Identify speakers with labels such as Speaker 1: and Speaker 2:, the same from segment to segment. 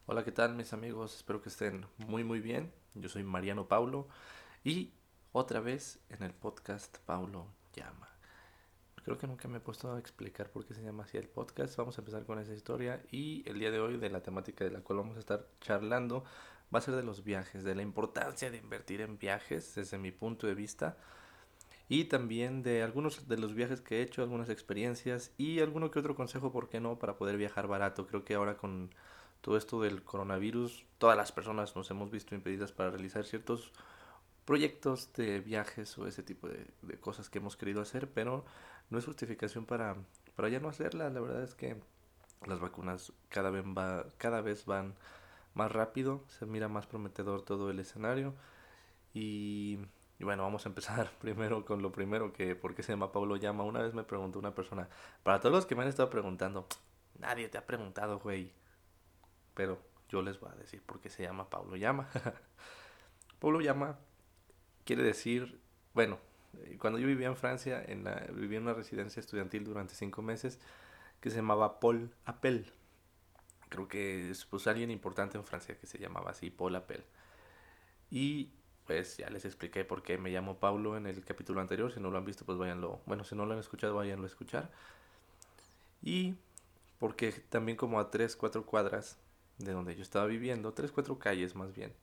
Speaker 1: Hola, ¿qué tal mis amigos? Espero que estén muy bien. Yo soy Mariano Paulo y otra vez en el podcast Paulo Llama. Creo que nunca me he puesto a explicar por qué se llama así el podcast. Vamos a empezar con esa historia y el día de hoy de la temática de la cual vamos a estar charlando va a ser de los viajes, de la importancia de invertir en viajes desde mi punto de vista y también de algunos de los viajes que he hecho, algunas experiencias y alguno que otro consejo, ¿por qué no?, para poder viajar barato. Creo que ahora con todo esto del coronavirus, todas las personas nos hemos visto impedidas para realizar ciertos proyectos de viajes o ese tipo de cosas que hemos querido hacer, pero no es justificación para ya no hacerlas. La verdad es que las vacunas cada vez van más rápido, se mira más prometedor todo el escenario y, y bueno, vamos a empezar primero con lo primero, que por qué se llama Pablo Llama. Una vez me preguntó una persona, para todos los que me han estado preguntando, nadie te ha preguntado, güey, pero yo les voy a decir por qué se llama Pablo Llama. Pablo Llama quiere decir, bueno, cuando yo vivía en Francia, vivía en una residencia estudiantil durante 5 meses que se llamaba Paul Appel. Creo que es pues alguien importante en Francia que se llamaba así, Paul Appel. Y pues ya les expliqué por qué me llamo Paulo en el capítulo anterior. Si no lo han visto, pues váyanlo. Bueno, si no lo han escuchado, váyanlo a escuchar. Y porque también como a 3 4 cuadras de donde yo estaba viviendo, 3 4 calles más bien,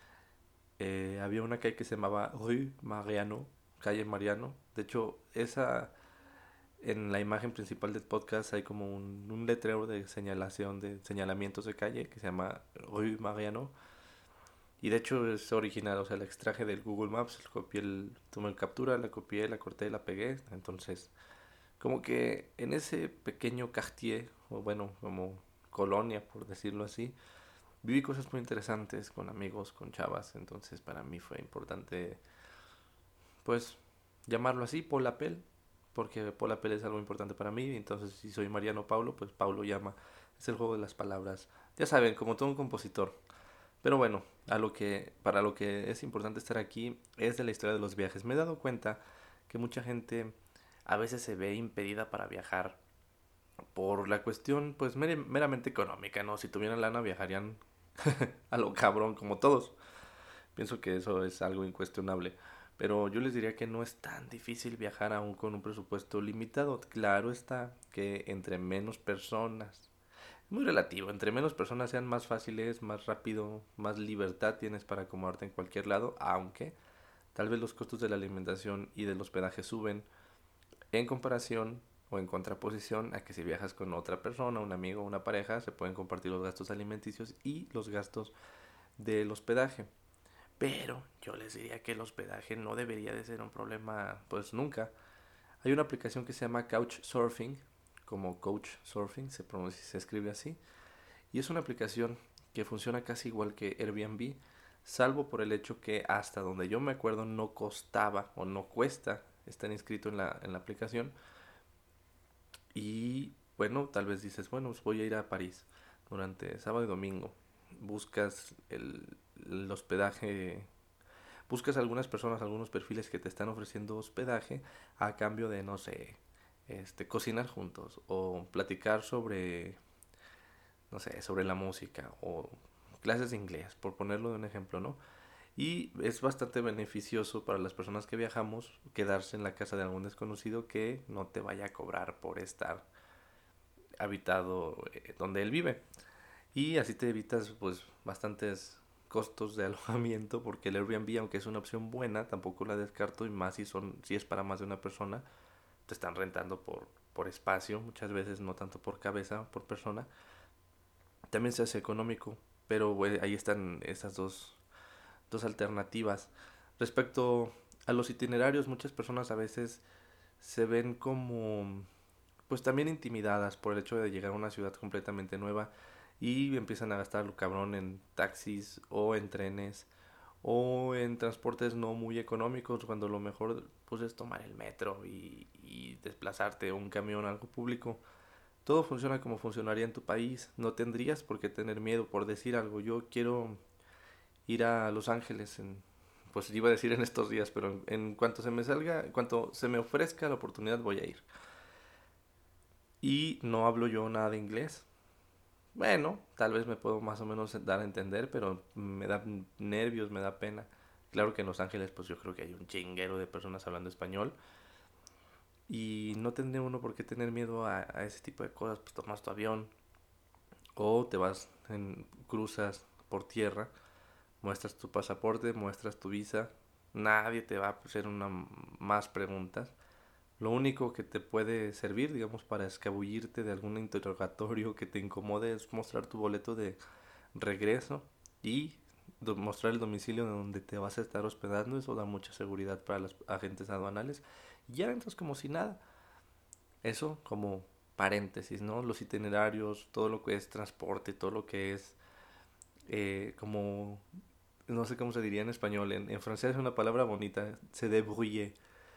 Speaker 1: había una calle que se llamaba Rue Mariano, calle Mariano. De hecho, esa en la imagen principal del podcast hay como un letrero de señalación, de señalamientos de calle que se llama Rue Mariano. Y de hecho es original, o sea, la extraje del Google Maps, tomé el captura, la copié, la corté, la pegué. Entonces, como que en ese pequeño quartier, o bueno, como colonia, por decirlo así, viví cosas muy interesantes con amigos, con chavas. Entonces, para mí fue importante, pues, llamarlo así, Polapel, porque Polapel es algo importante para mí. Entonces, si soy Mariano Paulo, pues Paulo llama. Es el juego de las palabras. Ya saben, como todo un compositor. Pero bueno, para lo que es importante estar aquí es de la historia de los viajes. Me he dado cuenta que mucha gente a veces se ve impedida para viajar por la cuestión pues meramente económica, ¿no? Si tuvieran lana viajarían a lo cabrón como todos. Pienso que eso es algo incuestionable. Pero yo les diría que no es tan difícil viajar aún con un presupuesto limitado. Claro está que entre menos personas, muy relativo. Entre menos personas sean más fáciles, más rápido, más libertad tienes para acomodarte en cualquier lado, aunque tal vez los costos de la alimentación y del hospedaje suben en comparación o en contraposición a que si viajas con otra persona, un amigo o una pareja, se pueden compartir los gastos alimenticios y los gastos del hospedaje. Pero yo les diría que el hospedaje no debería de ser un problema, pues nunca. Hay una aplicación que se llama Couchsurfing, como Coach Surfing, se escribe así, y es una aplicación que funciona casi igual que Airbnb, salvo por el hecho que hasta donde yo me acuerdo no costaba o no cuesta estar inscrito en la aplicación. Y bueno, tal vez dices, bueno, pues voy a ir a París durante sábado y domingo. Buscas el hospedaje, buscas algunas personas, algunos perfiles que te están ofreciendo hospedaje a cambio de, no sé, cocinar juntos o platicar sobre, no sé, sobre la música o clases de inglés, por ponerlo de un ejemplo, ¿no? Y es bastante beneficioso para las personas que viajamos quedarse en la casa de algún desconocido que no te vaya a cobrar por estar habitado donde él vive. Y así te evitas pues bastantes costos de alojamiento, porque el Airbnb, aunque es una opción buena, tampoco la descarto, y más si es para más de una persona, te están rentando por espacio, muchas veces no tanto por cabeza, por persona. También se hace económico, pero ahí están esas dos alternativas. Respecto a los itinerarios, muchas personas a veces se ven como pues también intimidadas por el hecho de llegar a una ciudad completamente nueva y empiezan a gastar lo cabrón en taxis o en trenes o en transportes no muy económicos, cuando lo mejor pues es tomar el metro y desplazarte o un camión, algo público. Todo funciona como funcionaría en tu país. No tendrías por qué tener miedo por decir algo. Yo quiero ir a Los Ángeles pues iba a decir en estos días, pero en cuanto se me salga, en cuanto se me ofrezca la oportunidad voy a ir. Y no hablo yo nada de inglés, Bueno, tal vez me puedo más o menos dar a entender, pero me da nervios, me da pena. Claro que en Los Ángeles, pues yo creo que hay un chinguero de personas hablando español. Y no tendría uno por qué tener miedo a ese tipo de cosas. Pues tomas tu avión o te vas, cruzas por tierra, muestras tu pasaporte, muestras tu visa. Nadie te va a hacer más preguntas. Lo único que te puede servir, digamos, para escabullirte de algún interrogatorio que te incomode es mostrar tu boleto de regreso y mostrar el domicilio de donde te vas a estar hospedando. Eso da mucha seguridad para los agentes aduanales. Y ya entras como si nada. Eso como paréntesis, ¿no? Los itinerarios, todo lo que es transporte, todo lo que es como, no sé cómo se diría en español, en francés es una palabra bonita, se débrouiller.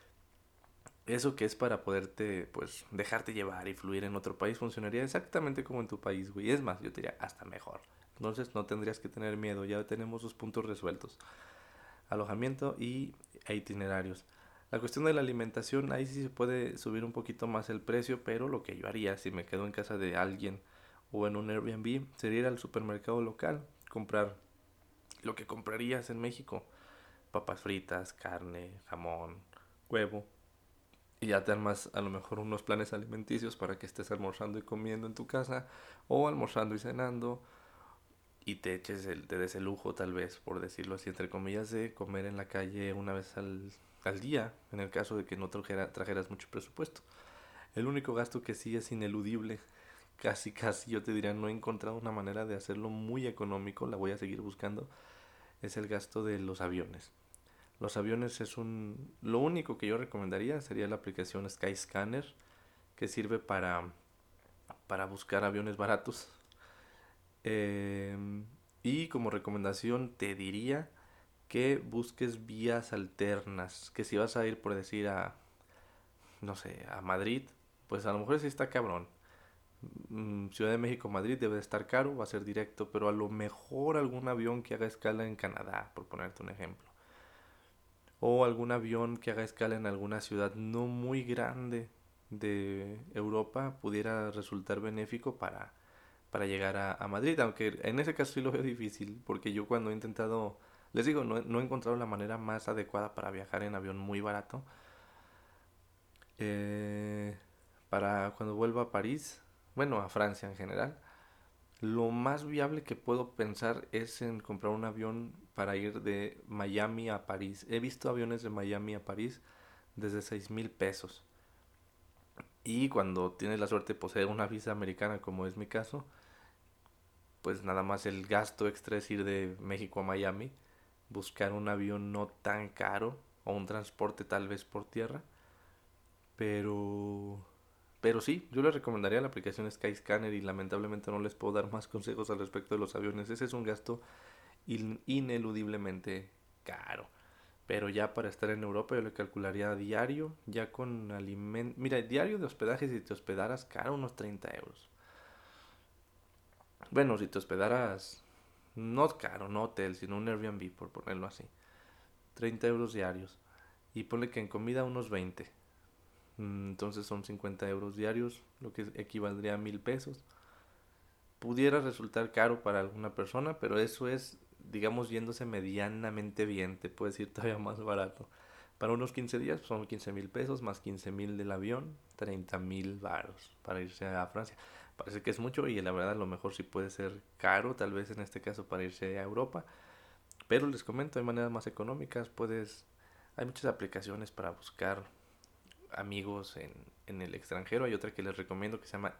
Speaker 1: Eso que es para poderte, pues, dejarte llevar y fluir en otro país funcionaría exactamente como en tu país, güey. Es más, yo te diría hasta mejor. Entonces no tendrías que tener miedo, ya tenemos los puntos resueltos. Alojamiento e itinerarios. La cuestión de la alimentación, ahí sí se puede subir un poquito más el precio, pero lo que yo haría si me quedo en casa de alguien o en un Airbnb sería ir al supermercado local, comprar lo que comprarías en México, papas fritas, carne, jamón, huevo, y ya te armas a lo mejor unos planes alimenticios para que estés almorzando y comiendo en tu casa o almorzando y cenando y te des el lujo tal vez, por decirlo así, entre comillas, de comer en la calle una vez al día, en el caso de que no trajeras mucho presupuesto. El único gasto que sí es ineludible, casi casi yo te diría, no he encontrado una manera de hacerlo muy económico, la voy a seguir buscando, es el gasto de los aviones. Los aviones es Lo único que yo recomendaría sería la aplicación Skyscanner, que sirve para buscar aviones baratos. Eh, y como recomendación te diría que busques vías alternas, que si vas a ir por decir no sé, a Madrid, pues a lo mejor sí está cabrón. Ciudad de México, Madrid debe de estar caro, va a ser directo, pero a lo mejor algún avión que haga escala en Canadá, por ponerte un ejemplo. O algún avión que haga escala en alguna ciudad no muy grande de Europa pudiera resultar benéfico para llegar a Madrid, aunque en ese caso sí lo veo difícil, porque yo cuando he intentado, les digo, no he encontrado la manera más adecuada para viajar en avión muy barato. Eh, para cuando vuelva a París, bueno, a Francia en general, lo más viable que puedo pensar es en comprar un avión para ir de Miami a París. He visto aviones de Miami a París desde 6,000 pesos. Y cuando tienes la suerte de poseer una visa americana, como es mi caso, pues nada más el gasto extra es ir de México a Miami, buscar un avión no tan caro o un transporte tal vez por tierra, pero sí, yo les recomendaría la aplicación Skyscanner y lamentablemente no les puedo dar más consejos al respecto de los aviones. Ese es un gasto ineludiblemente caro. Pero ya para estar en Europa yo le calcularía a diario, ya con alimento. Mira, diario de hospedaje si te hospedaras caro, unos 30 euros. Bueno, si te hospedaras, no caro, no hotel, sino un Airbnb, por ponerlo así. 30 euros diarios. Y ponle que en comida unos 20. Entonces son 50 euros diarios, lo que equivaldría a 1,000 pesos. Pudiera resultar caro para alguna persona, pero eso es, digamos, yéndose medianamente bien. Te puedes ir todavía más barato. Para unos 15 días son 15,000 pesos más 15,000 del avión, 30,000 varos para irse a Francia. Parece que es mucho y la verdad a lo mejor sí puede ser caro, tal vez en este caso para irse a Europa. Pero les comento, hay maneras más económicas. Hay muchas aplicaciones para buscar amigos en el extranjero. Hay otra que les recomiendo que se llama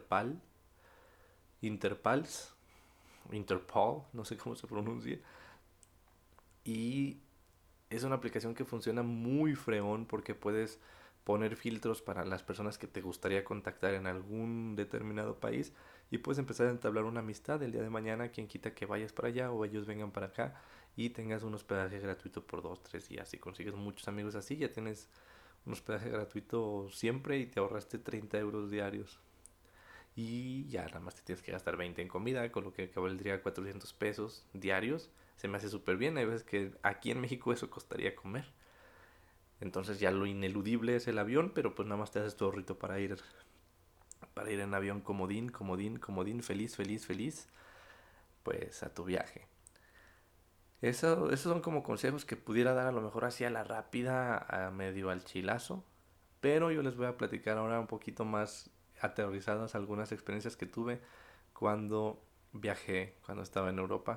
Speaker 1: Interpals, Interpol, no sé cómo se pronuncia. Y es una aplicación que funciona muy freón porque puedes poner filtros para las personas que te gustaría contactar en algún determinado país y puedes empezar a entablar una amistad el día de mañana, quien quita que vayas para allá o ellos vengan para acá y tengas un hospedaje gratuito por 2, 3 días. Si consigues muchos amigos así, ya tienes un hospedaje gratuito siempre y te ahorraste 30 euros diarios. Y ya nada más te tienes que gastar 20 en comida, con lo que valdría 400 pesos diarios. Se me hace súper bien. Hay veces que aquí en México eso costaría comer. Entonces ya lo ineludible es el avión, pero pues nada más te haces tu ahorrito para ir para ir en avión comodín, comodín, comodín, feliz, feliz, feliz, pues a tu viaje. Esos son como consejos que pudiera dar a lo mejor así a la rápida, a medio al chilazo, pero yo les voy a platicar ahora un poquito más aterrizadas algunas experiencias que tuve cuando viajé, cuando estaba en Europa.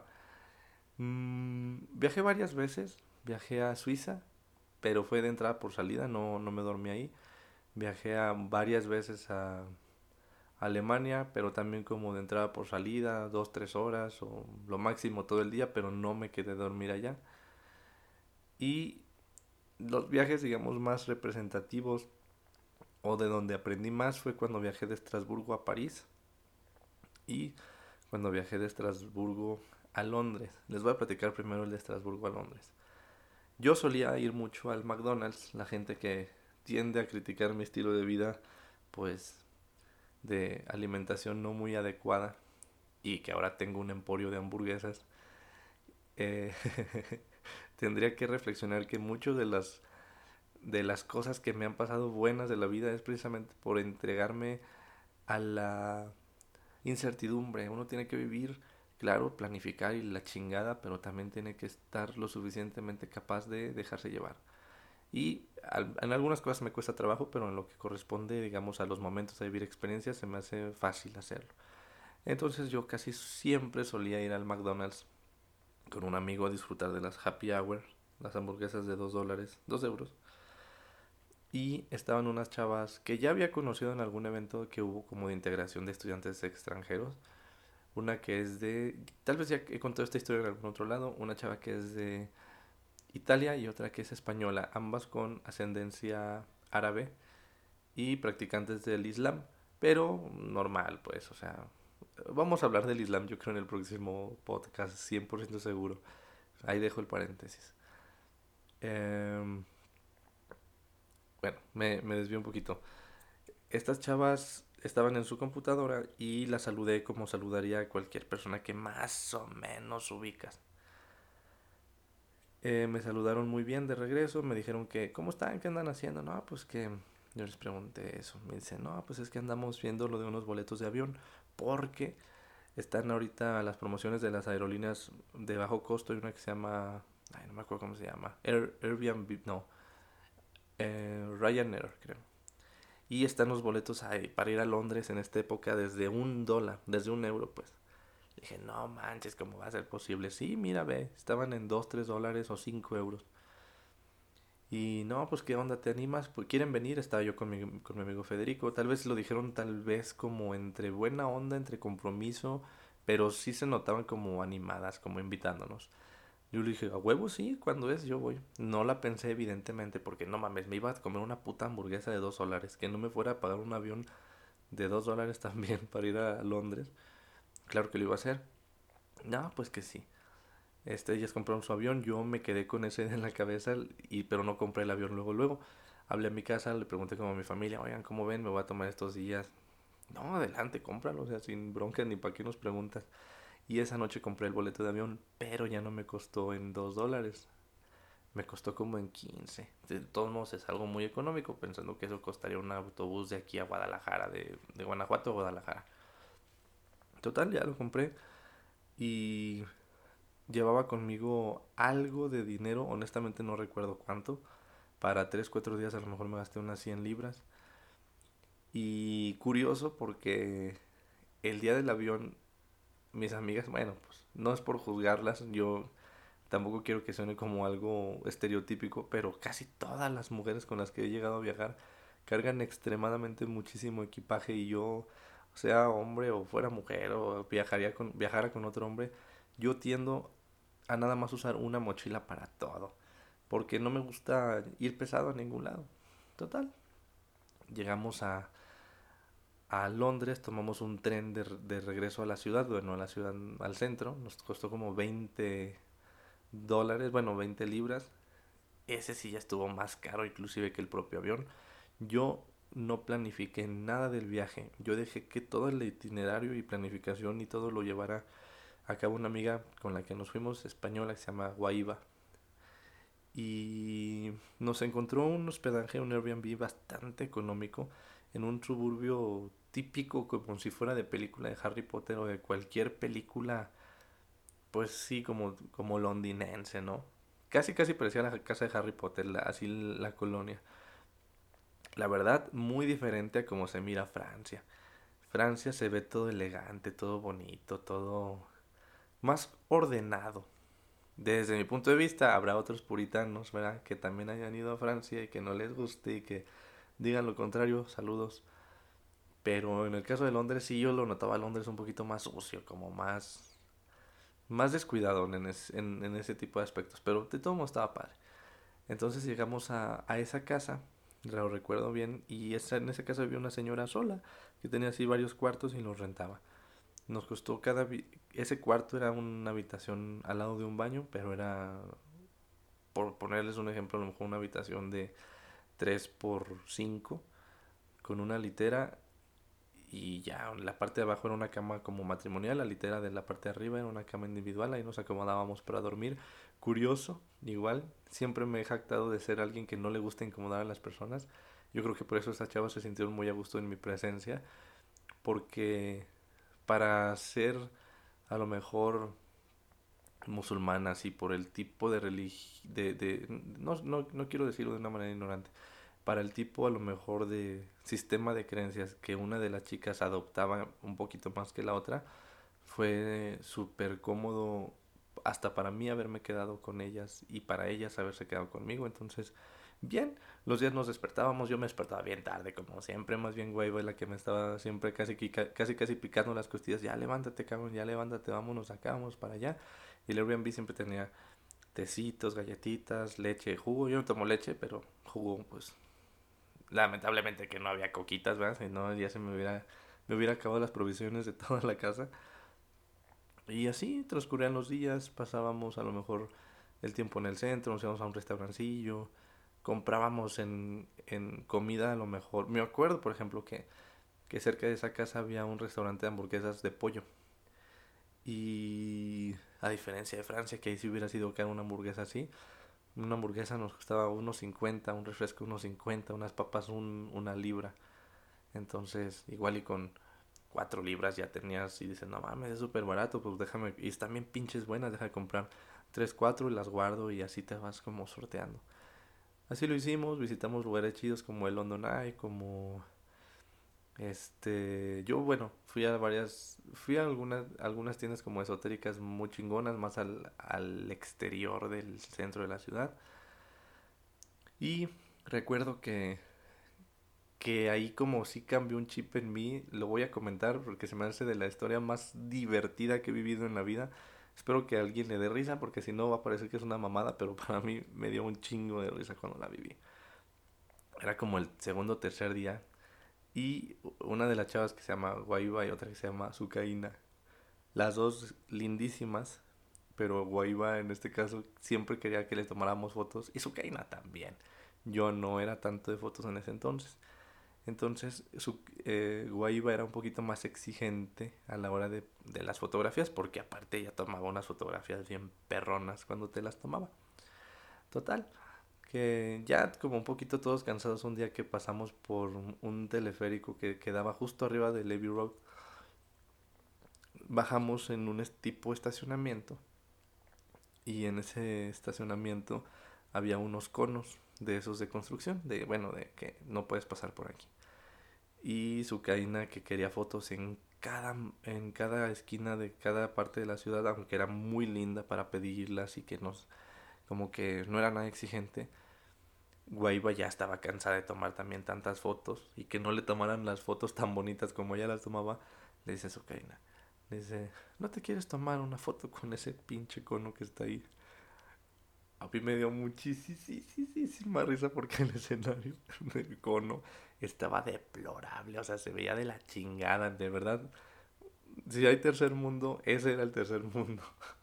Speaker 1: Viajé varias veces, viajé a Suiza, pero fue de entrada por salida, no me dormí ahí. Viajé a varias veces a Alemania, pero también como de entrada por salida, 2, 3 horas o lo máximo todo el día, pero no me quedé a dormir allá. Y los viajes, digamos, más representativos o de donde aprendí más fue cuando viajé de Estrasburgo a París y cuando viajé de Estrasburgo a Londres. Les voy a platicar primero el de Estrasburgo a Londres. Yo solía ir mucho al McDonald's, la gente que tiende a criticar mi estilo de vida, pues de alimentación no muy adecuada y que ahora tengo un emporio de hamburguesas, eh, tendría que reflexionar que muchas de las cosas que me han pasado buenas de la vida es precisamente por entregarme a la incertidumbre. Uno tiene que vivir, claro, planificar y la chingada, pero también tiene que estar lo suficientemente capaz de dejarse llevar. Y en algunas cosas me cuesta trabajo, pero en lo que corresponde, digamos, a los momentos de vivir experiencias, se me hace fácil hacerlo. Entonces yo casi siempre solía ir al McDonald's con un amigo a disfrutar de las happy hour, las hamburguesas de $2, 2 euros. Y estaban unas chavas que ya había conocido en algún evento que hubo como de integración de estudiantes extranjeros. Una que es de, tal vez ya he contado esta historia en algún otro lado, una chava que es de Italia y otra que es española, ambas con ascendencia árabe y practicantes del Islam, pero normal, pues, o sea, vamos a hablar del Islam yo creo en el próximo podcast, 100% seguro. Ahí dejo el paréntesis. Eh, bueno, me desvío un poquito. Estas chavas estaban en su computadora y las saludé como saludaría a cualquier persona que más o menos ubicas. Me saludaron muy bien de regreso, me dijeron que, ¿cómo están? ¿Qué andan haciendo? No, pues que yo les pregunté eso. Me dicen, no, pues es que andamos viendo lo de unos boletos de avión porque están ahorita las promociones de las aerolíneas de bajo costo. Hay una que se llama, ay, no me acuerdo cómo se llama, Airbnb, no, Ryanair, creo. Y están los boletos ahí para ir a Londres en esta época desde $1, desde €1, pues. Dije, no manches, ¿cómo va a ser posible? Sí, mira, ve, estaban en $2, $3 o €5. Y no, pues qué onda, ¿te animas? Pues quieren venir, estaba yo con mi amigo Federico. Tal vez lo dijeron tal vez como entre buena onda, entre compromiso, pero sí se notaban como animadas, como invitándonos. Yo le dije, a huevo sí, cuando es yo voy. No la pensé evidentemente porque no mames, me iba a comer una puta hamburguesa de $2, que no me fuera a pagar un avión de $2 también para ir a Londres. Claro que lo iba a hacer. No, pues que sí. Ellas compraron su avión, yo me quedé con esa idea en la cabeza, pero no compré el avión luego, luego. Hablé a mi casa, le pregunté como a mi familia, oigan, ¿cómo ven? Me voy a tomar estos días. No, adelante, cómpralo, o sea, sin bronca ni para qué nos preguntas. Y esa noche compré el boleto de avión, pero ya no me costó en $2, me costó como en 15. De todos modos es algo muy económico, pensando que eso costaría un autobús de aquí a Guadalajara, de Guanajuato a Guadalajara. Total, ya lo compré y llevaba conmigo algo de dinero, honestamente no recuerdo cuánto. Para 3 4 días a lo mejor me gasté unas 100 libras. Y curioso porque el día del avión, mis amigas, bueno, pues no es por juzgarlas, yo tampoco quiero que suene como algo estereotípico, pero casi todas las mujeres con las que he llegado a viajar cargan extremadamente muchísimo equipaje y yo, sea hombre o fuera mujer o viajara con otro hombre, yo tiendo a nada más usar una mochila para todo, porque no me gusta ir pesado a ningún lado. Total, llegamos a Londres, tomamos un tren de regreso a la ciudad, bueno, a la ciudad, al centro, nos costó como $20, bueno, 20 libras. Ese sí ya estuvo más caro inclusive que el propio avión. Yo no planifiqué nada del viaje, yo dejé que todo el itinerario y planificación y todo lo llevara a cabo una amiga con la que nos fuimos, española, que se llama Guaiba. Y nos encontró un hospedaje, un Airbnb bastante económico en un suburbio típico como si fuera de película de Harry Potter o de cualquier película, pues sí, como londinense, ¿no? Casi casi parecía la casa de Harry Potter, así la colonia. La verdad, muy diferente a cómo se mira Francia. Francia se ve todo elegante, todo bonito, todo más ordenado. Desde mi punto de vista, habrá otros puritanos, ¿verdad? Que también hayan ido a Francia y que no les guste y que digan lo contrario, saludos. Pero en el caso de Londres, sí yo lo notaba a Londres un poquito más sucio, como más descuidado en ese tipo de aspectos. Pero de todo modo estaba padre. Entonces llegamos a esa casa, lo recuerdo bien, y en esa casa había una señora sola que tenía así varios cuartos y los rentaba. Nos costó ese cuarto era una habitación al lado de un baño, pero era, por ponerles un ejemplo, a lo mejor una habitación de 3 por 5 con una litera y ya la parte de abajo era una cama como matrimonial, la litera de la parte de arriba era una cama individual, ahí nos acomodábamos para dormir. Curioso, igual, siempre me he jactado de ser alguien que no le gusta incomodar a las personas. Yo creo que por eso esta chava se sintieron muy a gusto en mi presencia, porque para ser a lo mejor musulmanas y por el tipo de religión, no quiero decirlo de una manera ignorante, para el tipo a lo mejor de sistema de creencias que una de las chicas adoptaba un poquito más que la otra, fue súper cómodo hasta para mí haberme quedado con ellas y para ellas haberse quedado conmigo. Entonces, bien, los días nos despertábamos, yo me despertaba bien tarde, como siempre, más bien güey, la que me estaba siempre casi picando las costillas, ya levántate, cabrón, ya levántate, vámonos acá, vamos para allá. Y el Airbnb siempre tenía tecitos, galletitas, leche, jugo. Yo no tomo leche, pero jugo, pues lamentablemente que no había coquitas, ¿verdad? Si no, ya me hubiera acabado las provisiones de toda la casa. Y así transcurrían los días, pasábamos a lo mejor el tiempo en el centro, nos íbamos a un restaurancillo, comprábamos en comida a lo mejor. Me acuerdo, por ejemplo, que cerca de esa casa había un restaurante de hamburguesas de pollo. Y a diferencia de Francia, que ahí si hubiera sido cara una hamburguesa así, una hamburguesa nos costaba unos 50, un refresco unos 50, unas papas una libra. Entonces, igual y con 4 libras ya tenías y dices, no mames, es súper barato, pues déjame, y están bien pinches buenas, deja de comprar 3 4 y las guardo y así te vas como sorteando. Así lo hicimos, visitamos lugares chidos como el London Eye, como yo bueno, fui a algunas tiendas como esotéricas muy chingonas, más al exterior del centro de la ciudad. Y recuerdo que ahí como sí cambió un chip en mí, lo voy a comentar porque se me hace de la historia más divertida que he vivido en la vida. Espero que a alguien le dé risa porque si no va a parecer que es una mamada, pero para mí me dio un chingo de risa cuando la viví. Era como el segundo o tercer día y una de las chavas que se llama Guaiba y otra que se llama Sucaína. Las dos lindísimas, pero Guaiba en este caso siempre quería que le tomáramos fotos y Sucaína también. Yo no era tanto de fotos en ese entonces. Entonces, Guaiba era un poquito más exigente a la hora de las fotografías, porque aparte ella tomaba unas fotografías bien perronas cuando te las tomaba. Total, que ya como un poquito todos cansados un día que pasamos por un teleférico que quedaba justo arriba de Levy Road, bajamos en un tipo estacionamiento y en ese estacionamiento había unos conos de esos de construcción, bueno, de que no puedes pasar por aquí. Y Sucaina que quería fotos en cada esquina de cada parte de la ciudad, aunque era muy linda para pedirlas y que como que no era nada exigente. Guaiba ya estaba cansada de tomar también tantas fotos y que no le tomaran las fotos tan bonitas como ella las tomaba. Le dice a Sucaina, le dice, ¿no te quieres tomar una foto con ese pinche cono que está ahí? A mí me dio muchísima risa porque el escenario del cono estaba deplorable, o sea, se veía de la chingada, de verdad. Si hay tercer mundo, ese era el tercer mundo.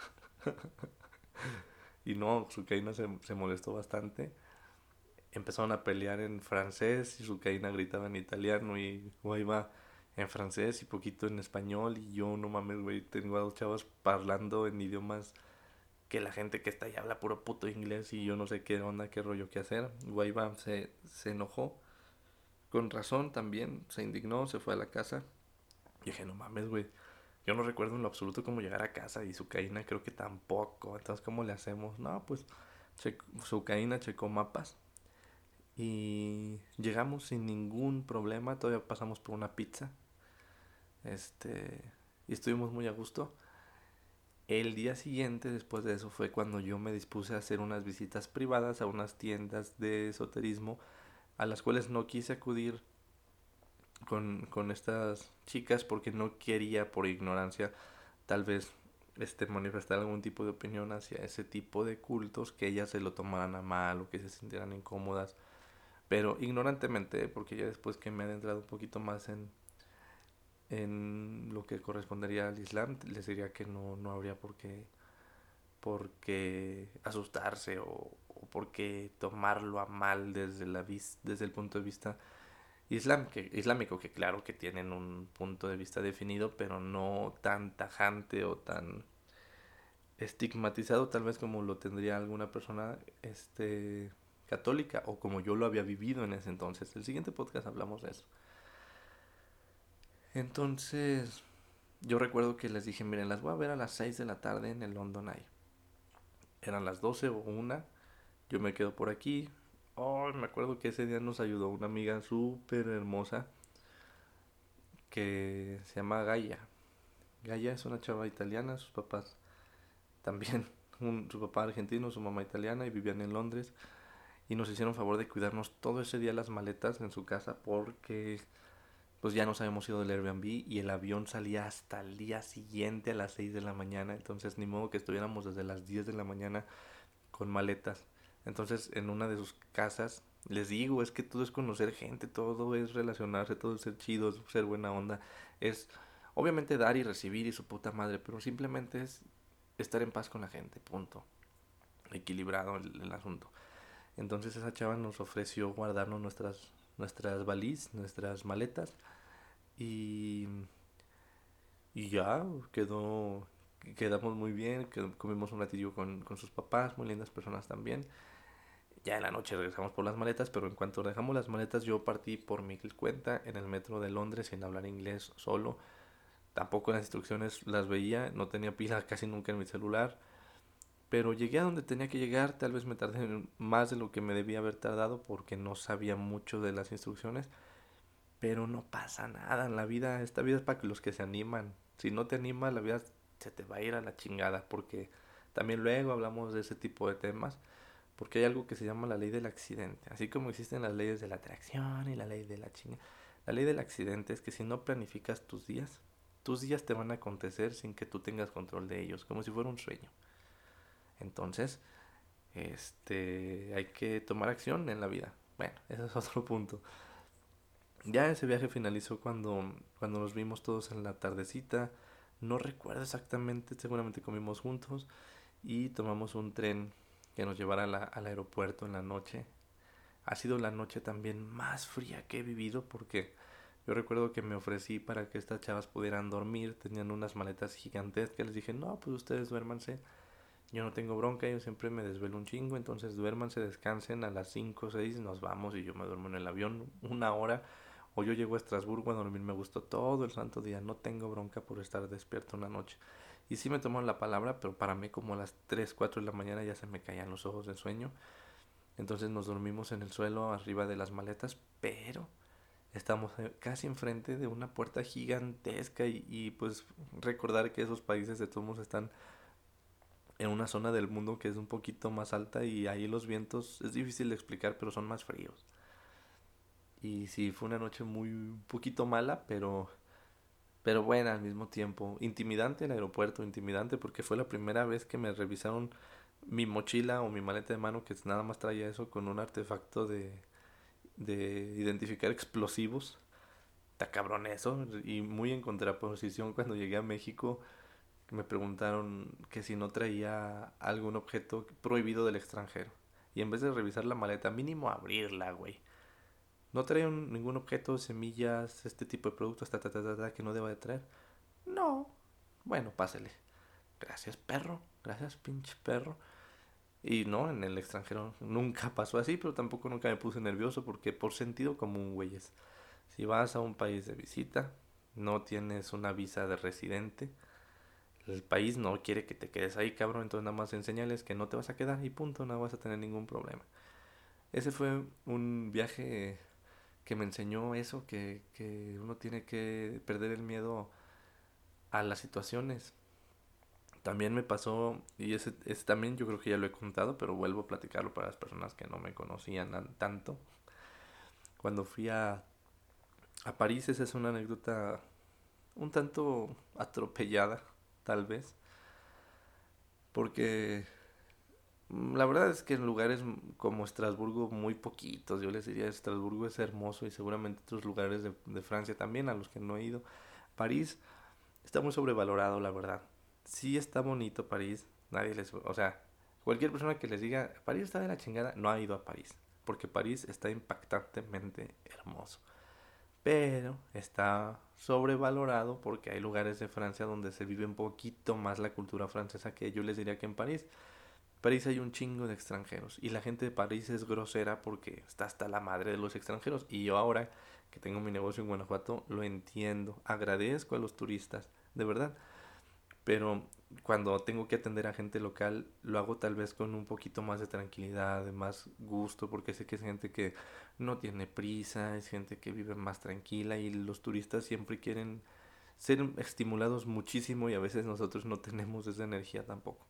Speaker 1: Y no, Sukaina se molestó bastante. Empezaron a pelear en francés y Sukaina gritaba en italiano y iba en francés y poquito en español. Y yo, no mames, güey, tengo a dos chavos parlando en idiomas que la gente que está ahí habla puro puto inglés y yo no sé qué onda, qué rollo, qué hacer. Guayba se enojó, con razón también, se indignó, se fue a la casa Y dije, no mames, güey. Yo no recuerdo en lo absoluto cómo llegar a casa y Sucaína creo que tampoco. Entonces, ¿cómo le hacemos? No, pues Sucaína checó mapas y llegamos sin ningún problema. Todavía pasamos por una pizza. Este, y estuvimos muy a gusto. El día siguiente, después de eso, fue cuando yo me dispuse a hacer unas visitas privadas a unas tiendas de esoterismo a las cuales no quise acudir con estas chicas porque no quería por ignorancia tal vez manifestar algún tipo de opinión hacia ese tipo de cultos, que ellas se lo tomaran a mal o que se sintieran incómodas, pero ignorantemente, porque ya después que me he adentrado un poquito más en lo que correspondería al Islam, les diría que no habría por qué asustarse o por qué tomarlo a mal desde el punto de vista islámico, que claro que tienen un punto de vista definido, pero no tan tajante o tan estigmatizado tal vez como lo tendría alguna persona católica o como yo lo había vivido en ese entonces. El siguiente podcast hablamos de eso. Entonces, yo recuerdo que les dije, miren, las voy a ver a las 6 de la tarde en el London Eye. Eran las 12 o una. Yo me quedo por aquí. Oh, me acuerdo que ese día nos ayudó una amiga súper hermosa que se llama Gaia. Gaia es una chava italiana, sus papás también, su papá argentino, su mamá italiana, y vivían en Londres. Y nos hicieron favor de cuidarnos todo ese día las maletas en su casa porque pues ya nos habíamos ido del Airbnb y el avión salía hasta el día siguiente a las 6 de la mañana. Entonces ni modo que estuviéramos desde las 10 de la mañana con maletas. Entonces en una de sus casas, les digo, es que todo es conocer gente, todo es relacionarse, todo es ser chido, es ser buena onda. Es obviamente dar y recibir y su puta madre, pero simplemente es estar en paz con la gente, punto. Equilibrado el asunto. Entonces esa chava nos ofreció guardarnos nuestras valises, nuestras maletas y, y ya quedamos muy bien, comimos un ratillo con sus papás, muy lindas personas también. Ya en la noche regresamos por las maletas, pero en cuanto dejamos las maletas yo partí por mi cuenta en el metro de Londres sin hablar inglés solo. Tampoco las instrucciones las veía, no tenía pila casi nunca en mi celular. Pero llegué a donde tenía que llegar, tal vez me tardé más de lo que me debía haber tardado porque no sabía mucho de las instrucciones, pero no pasa nada en la vida, esta vida es para los que se animan. Si no te animas, la vida se te va a ir a la chingada, porque también luego hablamos de ese tipo de temas, porque hay algo que se llama la ley del accidente, así como existen las leyes de la atracción y la ley de la chinga. La ley del accidente es que si no planificas tus días te van a acontecer sin que tú tengas control de ellos, como si fuera un sueño. Entonces, hay que tomar acción en la vida. Bueno, ese es otro punto. Ya ese viaje finalizó cuando nos vimos todos en la tardecita. No recuerdo exactamente, seguramente comimos juntos y tomamos un tren que nos llevara al aeropuerto en la noche. Ha sido la noche también más fría que he vivido porque yo recuerdo que me ofrecí para que estas chavas pudieran dormir. Tenían unas maletas gigantescas. Les dije, no, pues ustedes duérmanse. Yo no tengo bronca, yo siempre me desvelo un chingo, entonces duérmanse, descansen, a las 5 o 6 nos vamos y yo me duermo en el avión una hora. O yo llego a Estrasburgo a dormir, me gustó todo el santo día, no tengo bronca por estar despierto una noche. Y sí me tomaron la palabra, pero para mí como a las 3 4 de la mañana ya se me caían los ojos del sueño. Entonces nos dormimos en el suelo arriba de las maletas, pero estamos casi enfrente de una puerta gigantesca y pues recordar que esos países de todos modos están en una zona del mundo que es un poquito más alta y ahí los vientos es difícil de explicar, pero son más fríos. Y sí, fue una noche muy un poquito mala, pero buena al mismo tiempo. Intimidante el aeropuerto, intimidante porque fue la primera vez que me revisaron mi mochila o mi maleta de mano que nada más traía eso con un artefacto de identificar explosivos. Está cabrón eso. Y muy en contraposición cuando llegué a México me preguntaron que si no traía algún objeto prohibido del extranjero. Y en vez de revisar la maleta, mínimo abrirla, güey. No traía ningún objeto, semillas, este tipo de productos, que no deba de traer. No. Bueno, pásele. Gracias, perro. Gracias, pinche perro. Y no, en el extranjero nunca pasó así, pero tampoco nunca me puse nervioso porque por sentido común, güeyes. Si vas a un país de visita, no tienes una visa de residente, el país no quiere que te quedes ahí, cabrón, entonces nada más enséñales que no te vas a quedar y punto, no vas a tener ningún problema. Ese fue un viaje que me enseñó eso, que uno tiene que perder el miedo a las situaciones. También me pasó, y ese también yo creo que ya lo he contado, pero vuelvo a platicarlo para las personas que no me conocían tanto. Cuando fui a París, esa es una anécdota un tanto atropellada, tal vez, porque la verdad es que en lugares como Estrasburgo, muy poquitos, yo les diría, Estrasburgo es hermoso y seguramente otros lugares de Francia también, a los que no he ido. París está muy sobrevalorado, la verdad. Sí está bonito París, nadie les... O sea, cualquier persona que les diga, París está de la chingada, no ha ido a París, porque París está impactantemente hermoso. Pero está sobrevalorado porque hay lugares de Francia donde se vive un poquito más la cultura francesa que yo les diría que en París. París hay un chingo de extranjeros y la gente de París es grosera porque está hasta la madre de los extranjeros. Y yo ahora que tengo mi negocio en Guanajuato lo entiendo, agradezco a los turistas, de verdad. Pero cuando tengo que atender a gente local lo hago tal vez con un poquito más de tranquilidad, de más gusto, porque sé que es gente que no tiene prisa, es gente que vive más tranquila y los turistas siempre quieren ser estimulados muchísimo y a veces nosotros no tenemos esa energía tampoco.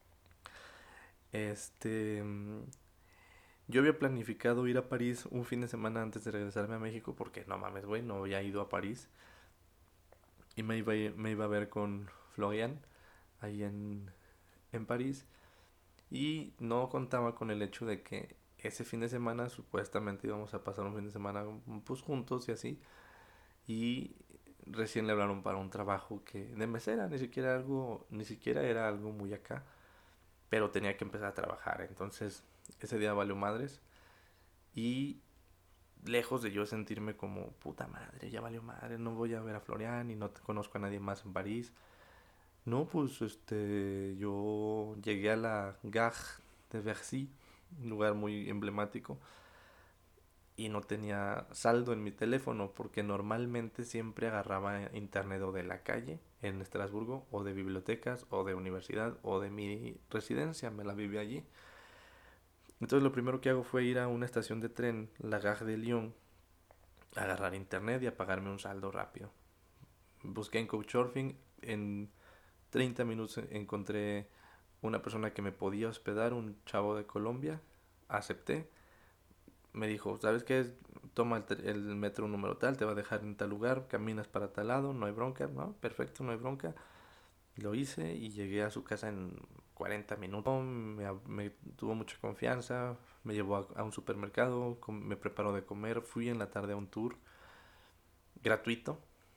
Speaker 1: Este, yo había planificado ir a París un fin de semana antes de regresarme a México porque no mames, güey, no había ido a París y me iba a ver con Florian ahí en París y no contaba con el hecho de que ese fin de semana supuestamente íbamos a pasar un fin de semana pues juntos y así y recién le hablaron para un trabajo que de mesera, ni siquiera era algo muy acá, pero tenía que empezar a trabajar, entonces ese día valió madres y lejos de yo sentirme como puta madre, ya valió madre, no voy a ver a Florian y no te conozco a nadie más en París. No, pues yo llegué a la Gare de Bercy, un lugar muy emblemático, y no tenía saldo en mi teléfono porque normalmente siempre agarraba internet o de la calle en Estrasburgo o de bibliotecas o de universidad o de mi residencia, me la viví allí. Entonces lo primero que hago fue ir a una estación de tren, la Gare de Lyon, agarrar internet y a pagarme un saldo rápido. Busqué en Couchsurfing, en 30 minutos encontré una persona que me podía hospedar, un chavo de Colombia, acepté, me dijo, ¿sabes qué? Toma el metro número tal, te va a dejar en tal lugar, caminas para tal lado, no hay bronca, ¿no? Perfecto, no hay bronca. Lo hice y llegué a su casa en 40 minutos, me tuvo mucha confianza, me llevó a un supermercado, me preparó de comer, fui en la tarde a un tour gratuito.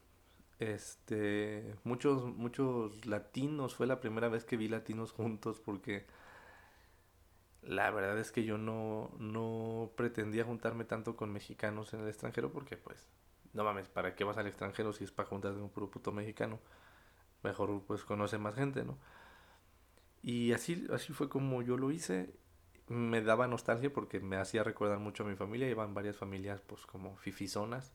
Speaker 1: Muchos latinos, fue la primera vez que vi latinos juntos porque la verdad es que yo no pretendía juntarme tanto con mexicanos en el extranjero porque pues, no mames, ¿para qué vas al extranjero si es para juntarte con un puro puto mexicano? Mejor pues conoce más gente, ¿no? Y así fue como yo lo hice. Me daba nostalgia porque me hacía recordar mucho a mi familia. Iban varias familias pues como fifizonas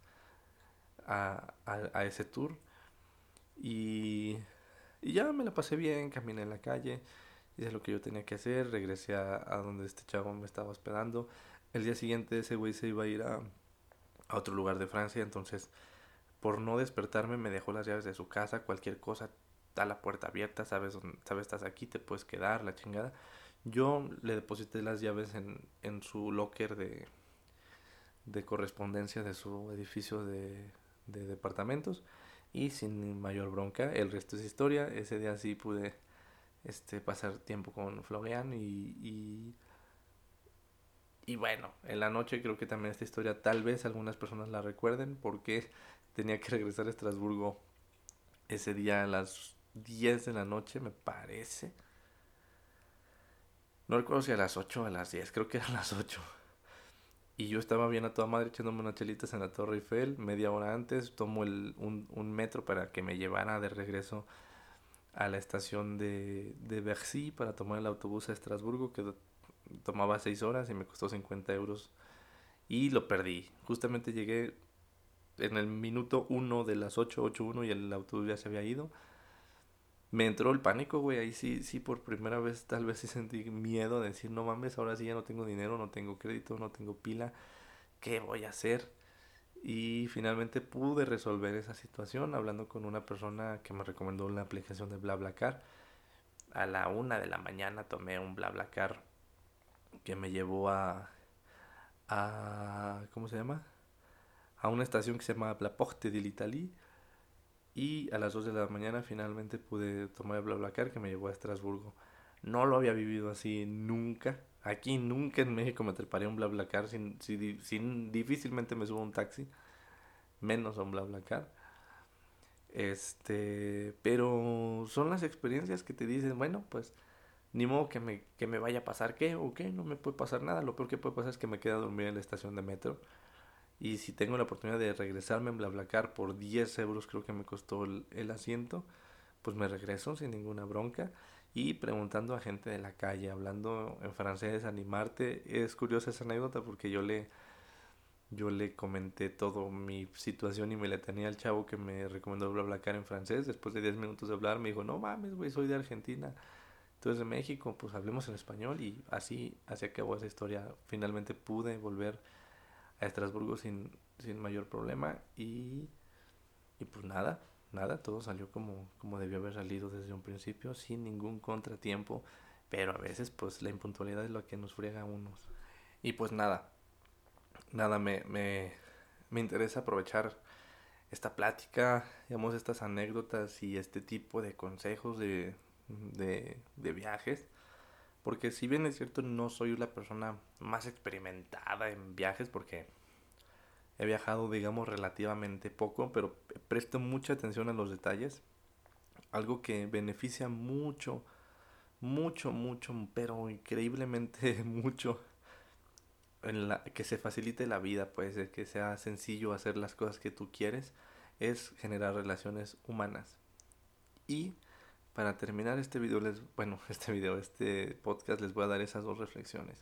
Speaker 1: a ese tour. Y, y ya me la pasé bien, caminé en la calle, hice lo que yo tenía que hacer, regresé a donde este chavo me estaba hospedando. El día siguiente ese güey se iba a ir a otro lugar de Francia, entonces por no despertarme me dejó las llaves de su casa, cualquier cosa, está la puerta abierta, sabes, estás aquí, te puedes quedar, la chingada. Yo le deposité las llaves en su locker de correspondencia de su edificio de departamentos y sin mayor bronca, el resto es historia. Ese día sí pude pasar tiempo con Florian y bueno, en la noche creo que también esta historia tal vez algunas personas la recuerden porque tenía que regresar a Estrasburgo ese día a las 10 de la noche, me parece. No recuerdo si a las 8 o a las 10, creo que eran las 8. Y yo estaba bien a toda madre echándome unas chelitas en la Torre Eiffel. Media hora antes tomo un metro para que me llevara de regreso a la estación de Bercy para tomar el autobús a Estrasburgo, que tomaba 6 horas y me costó 50 euros. Y lo perdí. Justamente llegué en el minuto 1 de las 8:01 y el autobús ya se había ido. Me entró el pánico, güey. Ahí sí, sí, por primera vez tal vez sí sentí miedo de decir, no mames, ahora sí ya no tengo dinero, no tengo crédito, no tengo pila. ¿Qué voy a hacer? Y finalmente pude resolver esa situación hablando con una persona que me recomendó una aplicación de BlaBlaCar. A la 1 de la mañana tomé un BlaBlaCar que me llevó ¿cómo se llama? A una estación que se llama La Porte de l'Italie. Y a las 2 de la mañana finalmente pude tomar el BlaBlaCar que me llevó a Estrasburgo. No lo había vivido así nunca. Aquí nunca en México me treparé a un BlaBlaCar. Difícilmente me subo a un taxi. Menos a un BlaBlaCar. Pero son las experiencias que te dicen, bueno, pues ni modo que me vaya a pasar qué o qué, no me puede pasar nada. Lo peor que puede pasar es que me quede a dormir en la estación de metro. Y si tengo la oportunidad de regresarme en BlaBlaCar por 10 euros, creo que me costó el asiento, pues me regreso sin ninguna bronca. Y preguntando a gente de la calle, hablando en francés, animarte. Es curiosa esa anécdota porque yo le comenté todo mi situación y me la tenía al chavo que me recomendó BlaBlaCar en francés. Después de 10 minutos de hablar me dijo, no mames, güey, soy de Argentina. Entonces de México, pues hablemos en español y así acabó esa historia. Finalmente pude volver a Estrasburgo sin mayor problema y pues nada, todo salió como debió haber salido desde un principio, sin ningún contratiempo, pero a veces pues la impuntualidad es lo que nos friega a unos. Y pues nada, me interesa aprovechar esta plática, digamos, estas anécdotas y este tipo de consejos de viajes. Porque si bien es cierto, no soy la persona más experimentada en viajes, porque he viajado, digamos, relativamente poco, pero presto mucha atención a los detalles. Algo que beneficia mucho, mucho, mucho, pero increíblemente mucho, que se facilite la vida, pues, de que sea sencillo hacer las cosas que tú quieres, es generar relaciones humanas. Y para terminar este video, este podcast, les voy a dar esas dos reflexiones.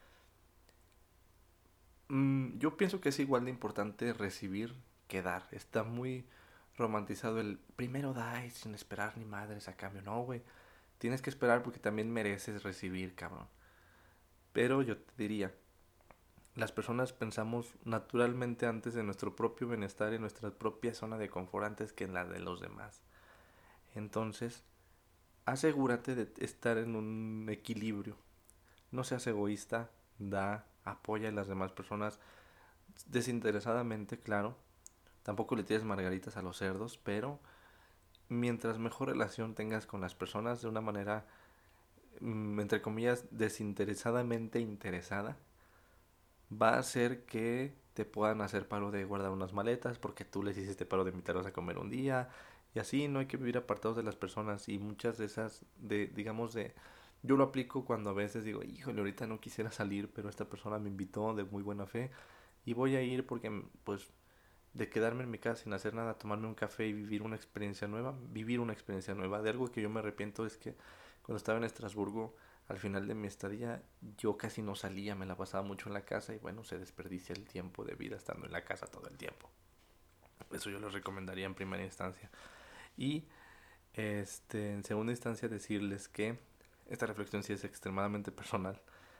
Speaker 1: Yo pienso que es igual de importante recibir que dar. Está muy romantizado el primero da y sin esperar ni madres a cambio. No, güey. Tienes que esperar porque también mereces recibir, cabrón. Pero yo te diría, las personas pensamos naturalmente antes en nuestro propio bienestar y en nuestra propia zona de confort antes que en la de los demás. Entonces, asegúrate de estar en un equilibrio. No seas egoísta, da, apoya a las demás personas desinteresadamente, claro. Tampoco le tires margaritas a los cerdos, pero mientras mejor relación tengas con las personas de una manera, entre comillas, desinteresadamente interesada, va a hacer que te puedan hacer paro de guardar unas maletas porque tú les hiciste paro de invitarlos a comer un día. Y así no hay que vivir apartados de las personas. Y muchas de esas, yo lo aplico cuando a veces digo, híjole, ahorita no quisiera salir, pero esta persona me invitó de muy buena fe. Y voy a ir porque, pues, de quedarme en mi casa sin hacer nada, tomarme un café y vivir una experiencia nueva. De algo que yo me arrepiento es que cuando estaba en Estrasburgo, al final de mi estadía, yo casi no salía, me la pasaba mucho en la casa y bueno, se desperdicia el tiempo de vida estando en la casa todo el tiempo. Eso yo lo recomendaría en primera instancia. Y en segunda instancia decirles que esta reflexión sí es extremadamente personal.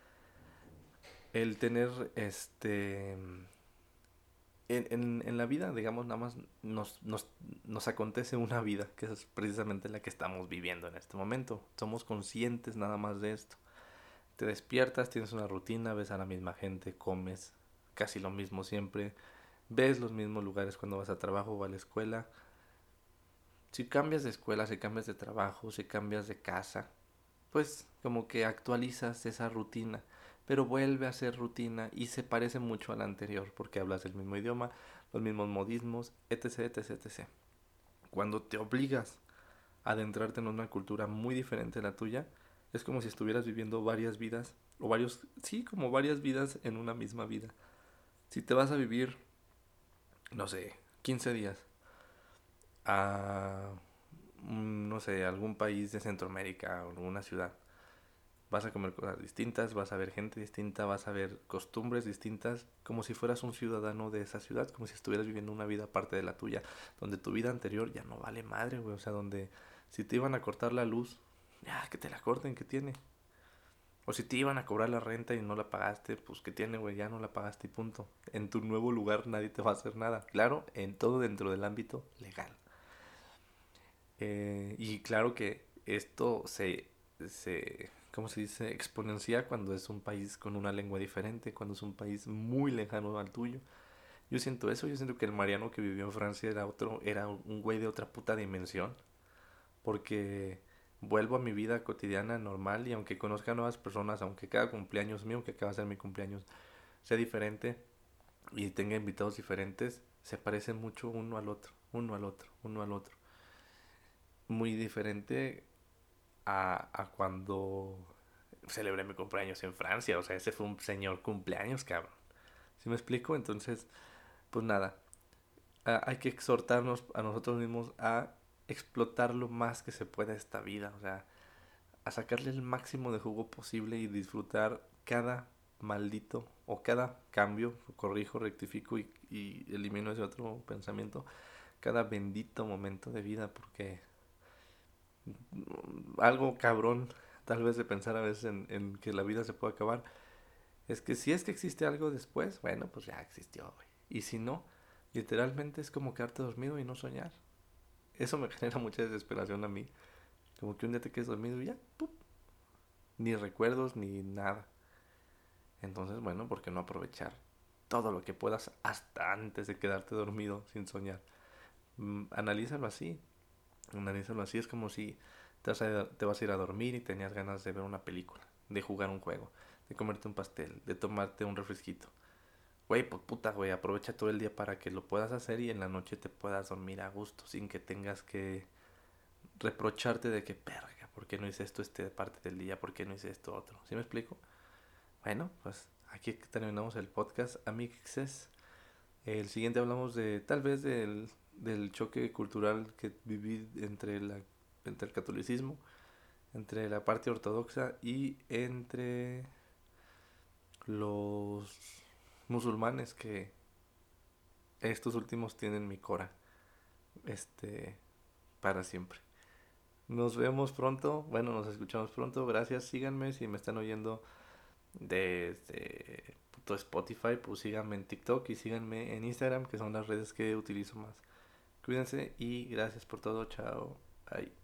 Speaker 1: El tener en la vida, digamos, nada más nos acontece una vida, que es precisamente la que estamos viviendo en este momento. Somos conscientes nada más de esto. Te despiertas, tienes una rutina, ves a la misma gente, comes casi lo mismo siempre, ves los mismos lugares cuando vas a trabajo o a la escuela. Si cambias de escuela, si cambias de trabajo, si cambias de casa, pues como que actualizas esa rutina, pero vuelve a ser rutina y se parece mucho a la anterior porque hablas el mismo idioma, los mismos modismos, etc, etc, etc. Cuando te obligas a adentrarte en una cultura muy diferente a la tuya, es como si estuvieras viviendo varias vidas, sí, como varias vidas en una misma vida. Si te vas a vivir, no sé, 15 días a, no sé, algún país de Centroamérica o alguna ciudad, Vas a comer cosas distintas, vas a ver gente distinta, vas a ver costumbres distintas, como si fueras un ciudadano de esa ciudad, como si estuvieras viviendo una vida aparte de la tuya, donde tu vida anterior ya no vale madre, güey. O sea, donde si te iban a cortar la luz, ya que te la corten, ¿qué tiene? O si te iban a cobrar la renta y no la pagaste, pues ¿qué tiene, güey? Ya no la pagaste y punto. En tu nuevo lugar nadie te va a hacer nada. Claro, en todo dentro del ámbito legal. Y claro que esto ¿cómo se dice? Exponencia cuando es un país con una lengua diferente, cuando es un país muy lejano al tuyo. Yo siento eso, yo siento que el Mariano que vivió en Francia era un güey de otra puta dimensión, porque vuelvo a mi vida cotidiana normal y aunque conozca nuevas personas, aunque cada cumpleaños mío, que acaba de ser mi cumpleaños, sea diferente y tenga invitados diferentes, se parecen mucho uno al otro, uno al otro, uno al otro. Muy diferente a cuando celebré mi cumpleaños en Francia. O sea, ese fue un señor cumpleaños, cabrón. ¿Sí me explico? Entonces, pues nada, hay que exhortarnos a nosotros mismos a explotar lo más que se pueda esta vida. O sea, a sacarle el máximo de jugo posible y disfrutar cada maldito o cada cambio, corrijo, rectifico y elimino ese otro pensamiento, cada bendito momento de vida, porque algo cabrón tal vez de pensar a veces en que la vida se puede acabar, es que si es que existe algo después, bueno, pues ya existió, güey. Y si no, literalmente es como quedarte dormido y no soñar. Eso me genera mucha desesperación a mí. Como que un día te quedes dormido y ya, ¡pum! Ni recuerdos ni nada. Entonces, bueno, ¿por qué no aprovechar todo lo que puedas hasta antes de quedarte dormido sin soñar? Analízalo así. Analízalo así. Es como si te vas a ir a dormir y tenías ganas de ver una película, de jugar un juego, de comerte un pastel, de tomarte un refresquito. Güey, pues puta, güey, aprovecha todo el día para que lo puedas hacer y en la noche te puedas dormir a gusto sin que tengas que reprocharte de que, perga, ¿por qué no hice esto este parte del día? ¿Por qué no hice esto otro? ¿Sí me explico? Bueno, pues aquí terminamos el podcast, amixes. El siguiente hablamos de tal vez del choque cultural que viví entre el catolicismo, entre la parte ortodoxa y entre los musulmanes que estos últimos tienen mi cora, este, para siempre. Nos vemos pronto, bueno, nos escuchamos pronto, gracias, síganme si me están oyendo desde puto Spotify, pues síganme en TikTok y síganme en Instagram, que son las redes que utilizo más. Cuídense y gracias por todo, chao, bye.